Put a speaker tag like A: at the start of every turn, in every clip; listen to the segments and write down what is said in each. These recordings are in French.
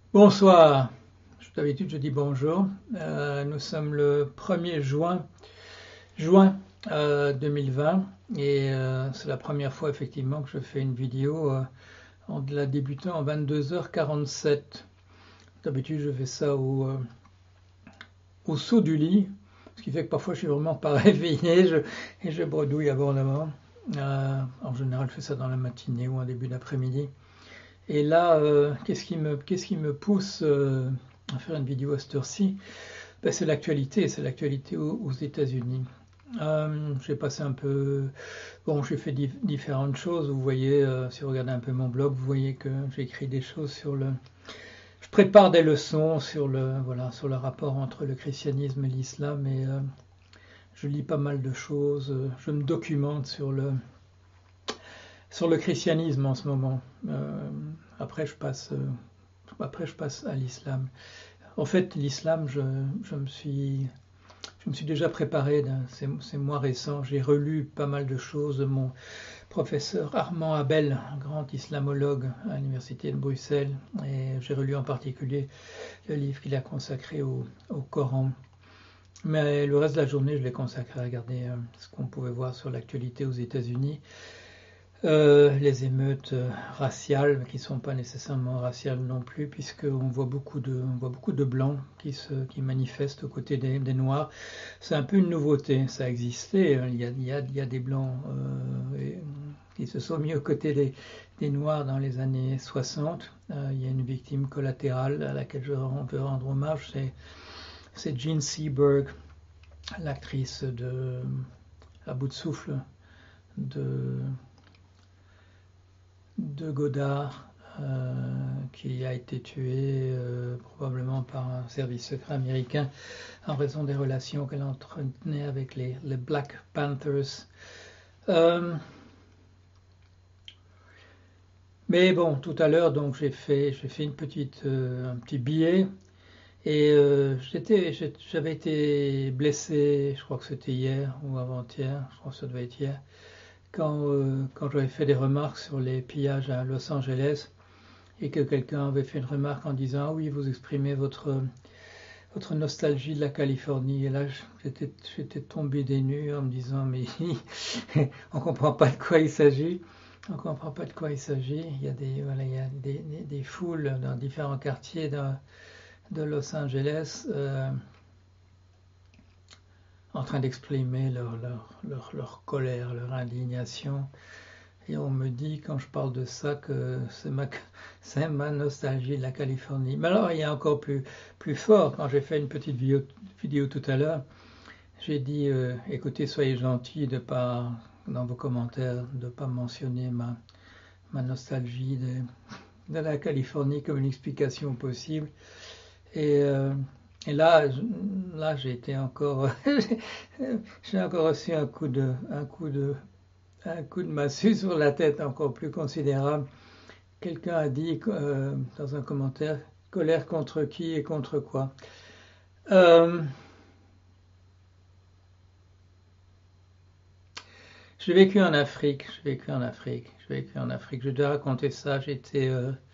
A: Bonsoir. D'habitude, je dis bonjour. Nous sommes le 1er juin 2020 et c'est la première fois effectivement que je fais une vidéo en la débutant en 22h47. D'habitude, je fais ça au saut du lit, ce qui fait que parfois je suis vraiment pas réveillé et je bredouille abondamment. En général, je fais ça dans la matinée ou en début d'après-midi. Et là, qu'est-ce qui me pousse à faire une vidéo à cette heure-ci? Ben, c'est l'actualité aux États-Unis. J'ai passé un peu, bon, j'ai fait différentes choses. Vous voyez, si vous regardez un peu mon blog, vous voyez que j'ai écrit des choses je prépare des leçons voilà, sur le rapport entre le christianisme et l'islam, et je lis pas mal de choses. Je me documente sur le christianisme en ce moment. Après, je passe, après, je passe à l'islam. En fait, l'islam, je me suis déjà préparé. C'est moi récent. J'ai relu pas mal de choses de mon professeur Armand Abel, un grand islamologue à l'université de Bruxelles. Et j'ai relu en particulier le livre qu'il a consacré au Coran. Mais le reste de la journée, je l'ai consacré à regarder ce qu'on pouvait voir sur l'actualité aux États-Unis. Les émeutes raciales, qui ne sont pas nécessairement raciales non plus, puisqu'on voit beaucoup de blancs qui manifestent aux côtés des noirs. C'est un peu une nouveauté, ça existait. Il y a des blancs qui se sont mis aux côtés des noirs dans les années 60. Il y a une victime collatérale à laquelle je veux rendre hommage, c'est Jean Seberg, l'actrice à bout de souffle de Godard, qui a été tué probablement par un service secret américain en raison des relations qu'elle entretenait avec les Black Panthers. Mais bon, tout à l'heure, donc j'ai fait un petit billet, et j'avais été blessé, je crois que c'était hier ou avant-hier, je crois que ça devait être hier, quand j'avais fait des remarques sur les pillages à Los Angeles, et que quelqu'un avait fait une remarque en disant: ah oui, vous exprimez votre nostalgie de la Californie. Et là, j'étais tombé des nues en me disant: mais on comprend pas de quoi il s'agit. On comprend pas de quoi il s'agit. Voilà, il y a des foules dans différents quartiers de Los Angeles en train d'exprimer leur colère, leur indignation. Et on me dit, quand je parle de ça, que c'est ma nostalgie de la Californie. Mais alors, il y a encore plus fort. Quand j'ai fait une petite vidéo tout à l'heure, j'ai dit, écoutez, soyez gentils dans vos commentaires, de ne pas mentionner ma nostalgie de la Californie comme une explication possible. Et, et là, j'ai été encore, j'ai encore reçu un coup de massue sur la tête encore plus considérable. Quelqu'un a dit dans un commentaire: colère contre qui et contre quoi? J'ai vécu en Afrique. Je dois raconter ça. J'étais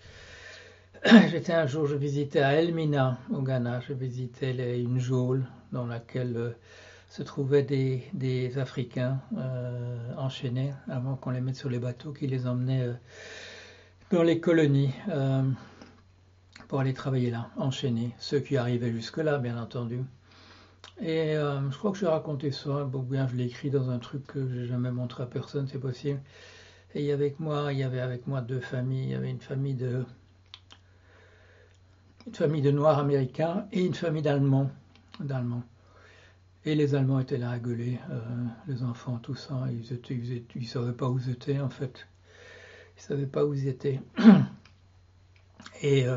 A: un jour, je visitais à Elmina, au Ghana. Je visitais une geôle dans laquelle se trouvaient des Africains enchaînés avant qu'on les mette sur les bateaux qui les emmenaient dans les colonies pour aller travailler là, enchaînés. Ceux qui arrivaient jusque-là, bien entendu. Et je crois que j'ai raconté ça, bon, bien je l'ai écrit dans un truc que j'ai jamais montré à personne, c'est possible. Et il y avait avec moi deux familles. Il y avait une famille de Noirs américains et une famille d'Allemands. Et les Allemands étaient là à gueuler, les enfants, tout ça. Ils savaient pas où ils étaient en fait. Ils savaient pas où ils étaient. Et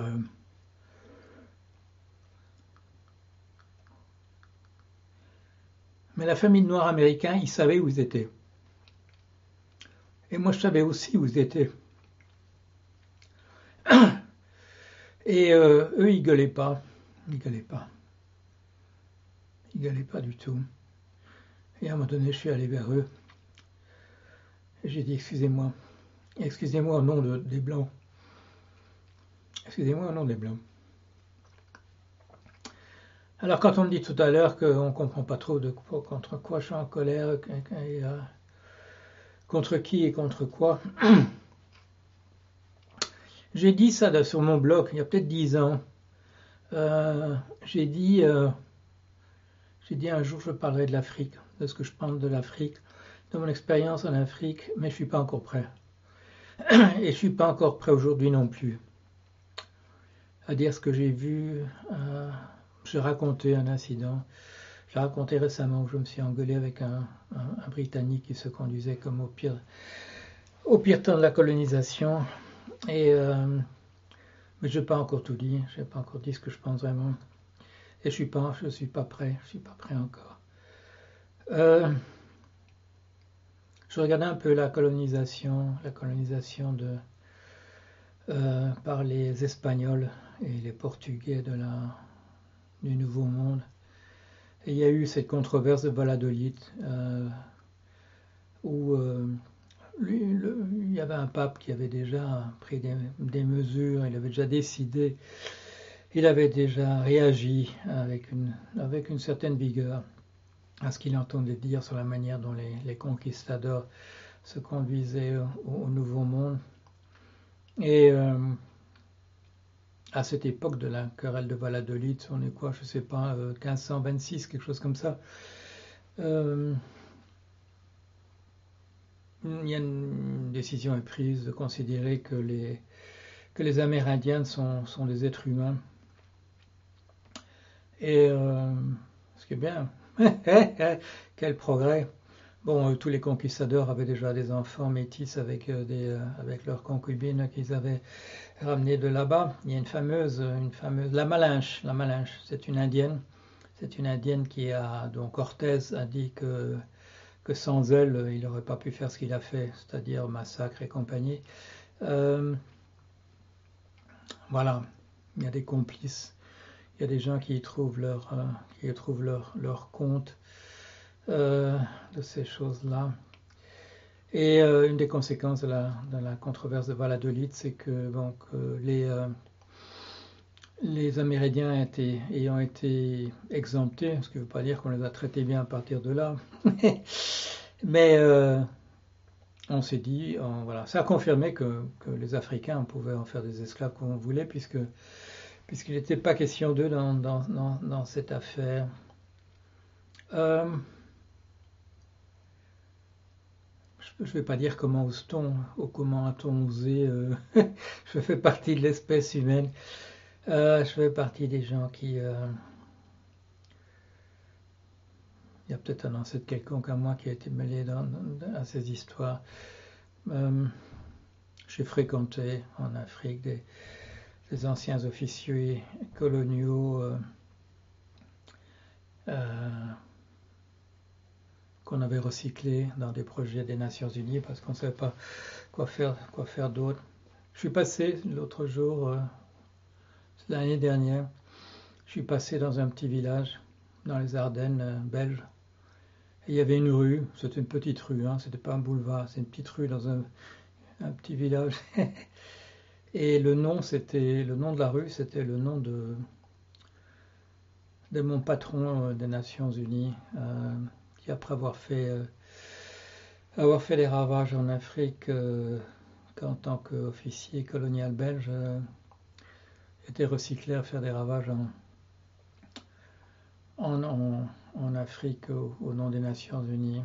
A: mais la famille de Noirs américains, ils savaient où ils étaient. Et moi, je savais aussi où ils étaient. Et eux, ils gueulaient pas. Ils gueulaient pas. Ils gueulaient pas du tout. Et à un moment donné, je suis allé vers eux. Et j'ai dit: excusez-moi. Excusez-moi au nom des Blancs. Excusez-moi au nom des Blancs. Alors quand on me dit tout à l'heure qu'on ne comprend pas trop contre quoi je suis en colère, contre qui et contre quoi, j'ai dit ça sur mon blog il y a peut-être 10 ans. J'ai dit un jour je parlerai de l'Afrique, de ce que je pense de l'Afrique, de mon expérience en Afrique, mais je ne suis pas encore prêt. Et je ne suis pas encore prêt aujourd'hui non plus à dire ce que j'ai vu. J'ai raconté un incident. J'ai raconté récemment que je me suis engueulé avec un Britannique qui se conduisait comme au pire temps de la colonisation. Mais je n'ai pas encore tout dit. Je n'ai pas encore dit ce que je pense vraiment. Et je suis pas prêt. Je suis pas prêt encore. Je regardais un peu la colonisation par les Espagnols et les Portugais du Nouveau Monde. Et il y a eu cette controverse de Valladolid où il y avait un pape qui avait déjà pris des mesures, il avait déjà décidé, il avait déjà réagi avec une certaine vigueur à ce qu'il entendait dire sur la manière dont les conquistadors se conduisaient au Nouveau Monde. Et à cette époque de la querelle de Valladolid, on est quoi, je sais pas, 1526, quelque chose comme ça. Il y a une décision est prise de considérer que les Amérindiens sont des êtres humains. Et ce qui est bien, quel progrès. Bon, tous les conquistadors avaient déjà des enfants métis avec leurs concubines qu'ils avaient ramenées de là-bas. Il y a une fameuse, la Malinche, c'est une indienne. C'est une indienne dont Cortés a dit que sans elle, il n'aurait pas pu faire ce qu'il a fait, c'est-à-dire massacre et compagnie. Voilà, il y a des complices, il y a des gens qui y trouvent leur compte de ces choses-là. Et une des conséquences de la controverse de Valladolid, c'est que les Amérindiens ayant été exemptés, ce qui ne veut pas dire qu'on les a traités bien à partir de là, mais on s'est dit, voilà, ça a confirmé que les Africains, on pouvait en faire des esclaves comme on voulait, puisqu'il n'était pas question d'eux dans cette affaire. Je ne vais pas dire comment ose-t-on ou comment a-t-on osé. Je fais partie de l'espèce humaine. Je fais partie des gens qui... Il y a peut-être un ancêtre quelconque à moi qui a été mêlé à ces histoires. J'ai fréquenté en Afrique des anciens officiers coloniaux qu'on avait recyclés dans des projets des Nations Unies parce qu'on ne savait pas quoi faire d'autre. Je suis passé l'autre jour, l'année dernière, je suis passé dans un petit village dans les Ardennes belges. Et il y avait une rue, c'était une petite rue, hein, c'était pas un boulevard, c'est une petite rue dans un petit village. Et le nom de la rue, c'était le nom de mon patron des Nations Unies, qui après avoir fait des ravages en Afrique, qu'en tant qu'officier colonial belge, était recyclé à faire des ravages en Afrique au nom des Nations Unies.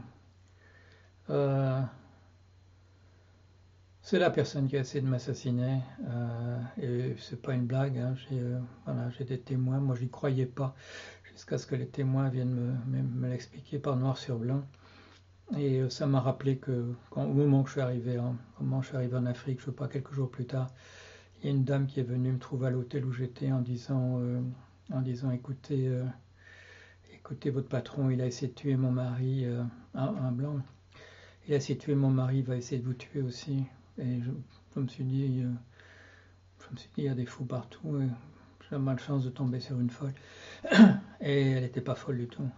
A: C'est la personne qui a essayé de m'assassiner, et c'est pas une blague, hein, j'ai des témoins, moi j'y croyais pas, jusqu'à ce que les témoins viennent me l'expliquer par noir sur blanc. Et ça m'a rappelé que au moment où je suis arrivé en Afrique, je sais pas, quelques jours plus tard, il y a une dame qui est venue me trouver à l'hôtel où j'étais en disant écoutez, votre patron, il a essayé de tuer mon mari, un blanc, il a essayé de tuer mon mari, il va essayer de vous tuer aussi. Et je me suis dit, il y a des fous partout, et j'ai malchance de tomber sur une folle. Et elle n'était pas folle du tout,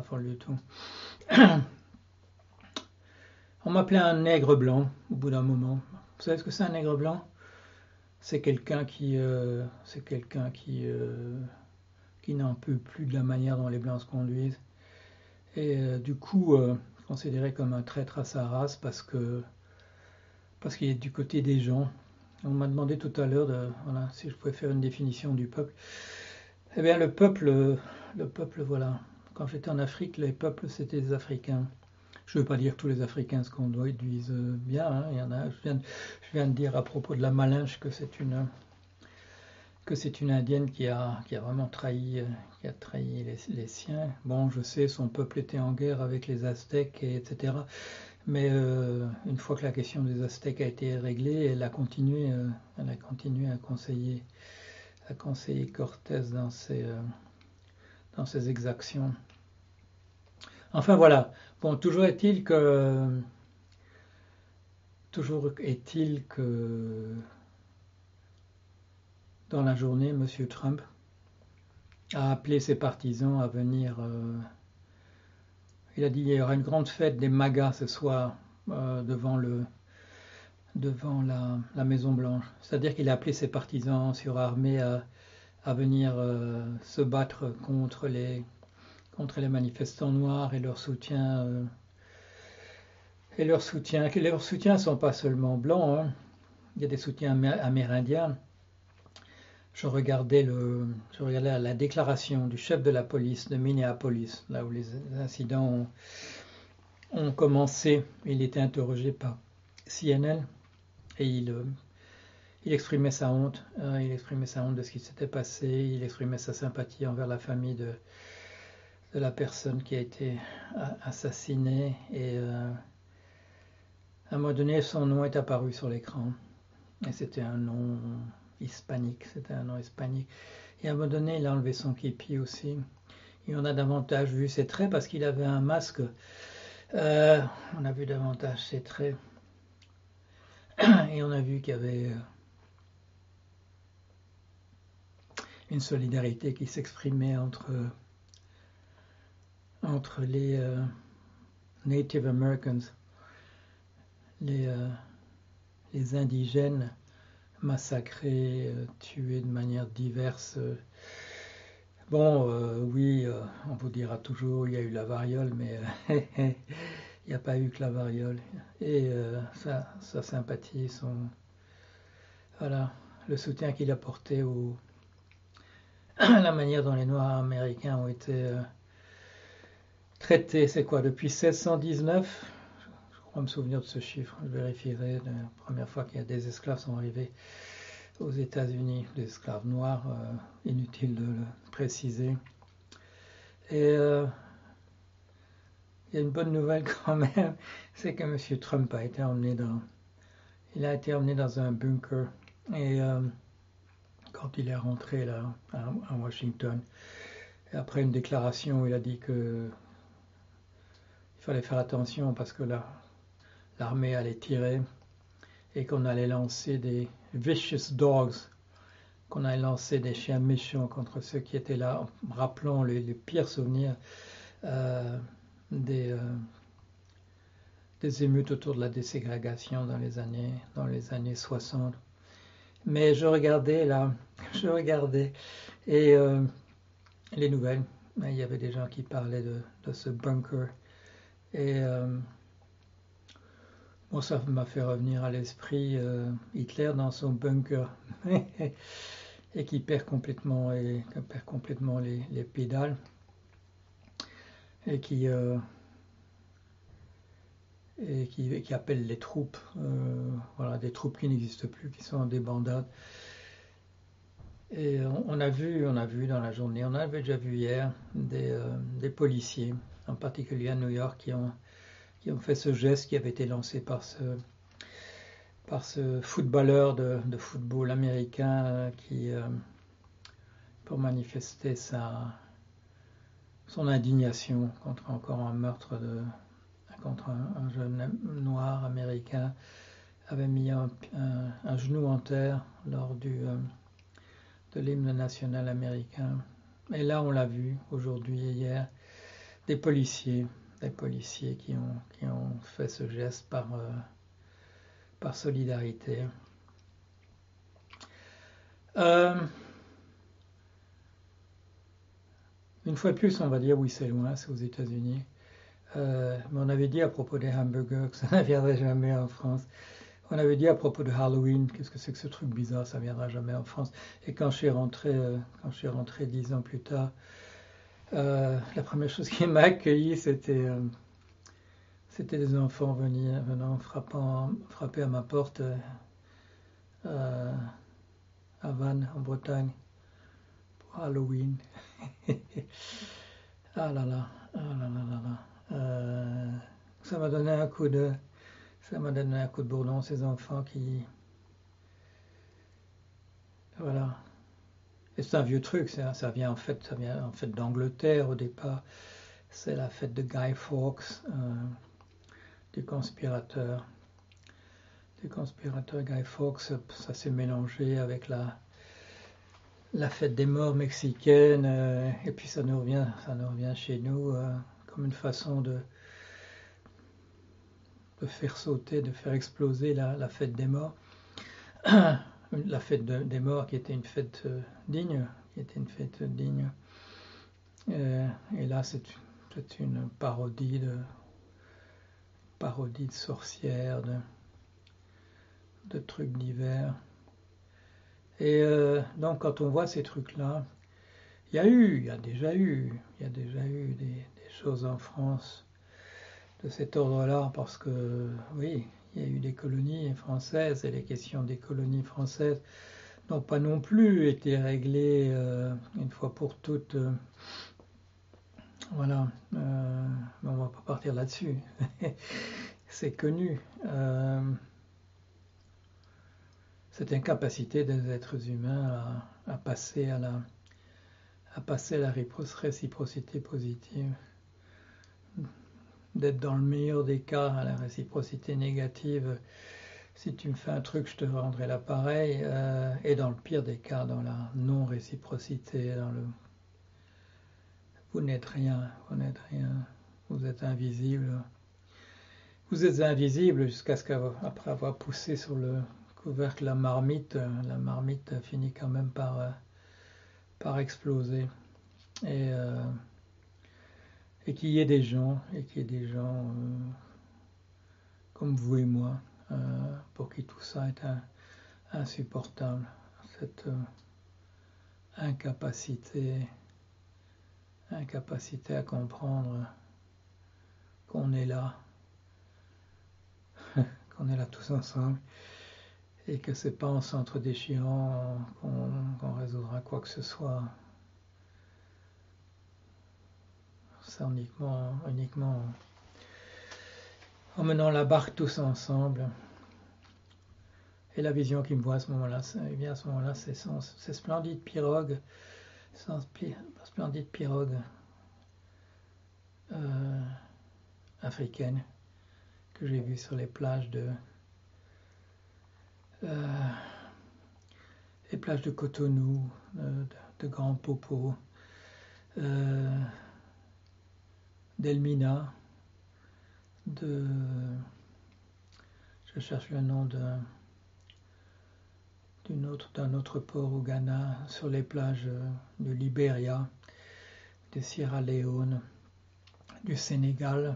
A: On m'appelait un nègre blanc au bout d'un moment. Vous savez ce que c'est un nègre blanc? C'est quelqu'un qui qui n'en peut plus de la manière dont les Blancs se conduisent. Et du coup, considéré comme un traître à sa race parce qu'il est du côté des gens. On m'a demandé tout à l'heure voilà, si je pouvais faire une définition du peuple. Eh bien, le peuple, voilà. Quand j'étais en Afrique, les peuples, c'était des Africains. Je ne veux pas dire que tous les Africains se conduisent bien. Hein. Il y en a. Je viens de dire à propos de la Malinche que c'est une indienne qui a vraiment trahi, les siens. Bon, je sais, son peuple était en guerre avec les Aztèques, etc. Mais une fois que la question des Aztèques a été réglée, elle a continué à conseiller Cortés dans ses exactions. Enfin voilà. Bon, toujours est-il que dans la journée, M. Trump a appelé ses partisans à venir. Il a dit qu'il y aura une grande fête des MAGA ce soir devant la Maison Blanche. C'est-à-dire qu'il a appelé ses partisans surarmés à venir se battre contre les manifestants noirs et leur soutien. Leurs soutiens ne sont pas seulement blancs, hein. Il y a des soutiens amérindiens. Je regardais la déclaration du chef de la police de Minneapolis, là où les incidents ont commencé. Il était interrogé par CNN et il exprimait sa honte. Il exprimait sa honte de ce qui s'était passé. Il exprimait sa sympathie envers la famille de la personne qui a été assassinée. Et à un moment donné, son nom est apparu sur l'écran. Et c'était un nom hispanique. Et à un moment donné, il a enlevé son képi aussi. Et on a davantage vu ses traits parce qu'il avait un masque. On a vu davantage ses traits. Et on a vu qu'il y avait une solidarité qui s'exprimait entre les Native Americans, les indigènes massacrés, tués de manière diverse. Bon, oui, on vous dira toujours il y a eu la variole, mais il n'y a pas eu que la variole. Et sa sympathie, voilà, le soutien qu'il a porté la manière dont les Noirs américains ont été traités, c'est quoi, depuis 1619? Je crois me souvenir de ce chiffre, je vérifierai. La première fois qu'il y a des esclaves sont arrivés aux États-Unis, des esclaves noirs, inutile de le préciser. Et il y a une bonne nouvelle quand même, c'est que M. Trump a été emmené dans un bunker. Et quand il est rentré là à Washington, et après une déclaration où il a dit que il fallait faire attention parce que l'armée allait tirer et qu'on allait lancer des vicious dogs, qu'on allait lancer des chiens méchants contre ceux qui étaient là, rappelant les pires souvenirs des émeutes autour de la déségrégation dans les années 60. Mais je regardais et les nouvelles, il y avait des gens qui parlaient de ce bunker. Et bon, ça m'a fait revenir à l'esprit Hitler dans son bunker et qui perd complètement les pédales et qui appelle les troupes, voilà, des troupes qui n'existent plus, qui sont en débandade. Et on a vu dans la journée, on avait déjà vu hier des policiers, en particulier à New York, qui ont fait ce geste qui avait été lancé par ce footballeur de football américain qui, pour manifester son indignation contre encore un meurtre contre un jeune noir américain, avait mis un genou en terre lors de l'hymne national américain. Et là, on l'a vu aujourd'hui et hier, des policiers qui ont fait ce geste par solidarité. Une fois de plus, on va dire oui, c'est loin, c'est aux États-Unis. Mais on avait dit à propos des hamburgers que ça ne viendrait jamais en France. On avait dit à propos de Halloween, qu'est-ce que c'est que ce truc bizarre, ça ne viendra jamais en France. Et quand je suis rentré 10 ans plus tard, la première chose qui m'a accueilli, c'était des enfants venant frapper à ma porte à Vannes, en Bretagne, pour Halloween. Ah là là, ah là là là là. Ça m'a donné un coup de bourdon, ces enfants qui... Voilà. Et c'est un vieux truc, ça vient en fait d'Angleterre au départ. C'est la fête de Guy Fawkes, du conspirateur Guy Fawkes. Ça s'est mélangé avec la fête des morts mexicaine, et puis ça nous revient chez nous comme une façon de faire sauter, de faire exploser la fête des morts. La fête des morts qui était une fête digne, et là c'est une parodie de sorcières, de trucs divers. Et donc quand on voit ces trucs-là, il y a déjà eu des choses en France de cet ordre-là, parce que oui, il y a eu des colonies françaises, et les questions des colonies françaises n'ont pas non plus été réglées une fois pour toutes. Voilà, mais on va pas partir là-dessus. C'est connu. Cette incapacité des êtres humains à passer à la réciprocité positive, d'être dans le meilleur des cas à la réciprocité négative. Si tu me fais un truc, je te rendrai l'appareil, et dans le pire des cas, dans la non-réciprocité, dans le vous n'êtes rien, vous êtes invisible. Vous êtes invisible jusqu'à ce qu'après avoir poussé sur le couvercle la marmite finit quand même par exploser. Et qu'il y ait des gens, comme vous et moi, pour qui tout ça est insupportable. Cette incapacité à comprendre qu'on est là, tous ensemble, et que c'est pas en s'entre-déchirant qu'on résoudra quoi que ce soit. C'est uniquement en menant la barque tous ensemble. Et la vision qui me voit à ce moment-là, c'est ces splendides pirogues, africaines que j'ai vues sur les plages de Cotonou, de Grand Popo, d'Elmina, je cherche le nom d'un autre port au Ghana, sur les plages de Libéria, de Sierra Leone, du Sénégal,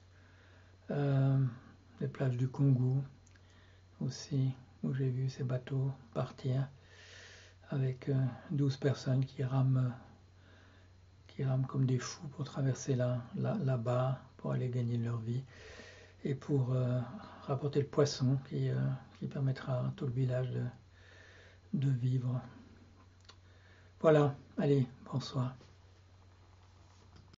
A: les plages du Congo aussi, où j'ai vu ces bateaux partir avec 12 personnes qui rament comme des fous pour traverser là-bas, pour aller gagner leur vie, et pour rapporter le poisson qui permettra à tout le village de vivre. Voilà, allez, bonsoir.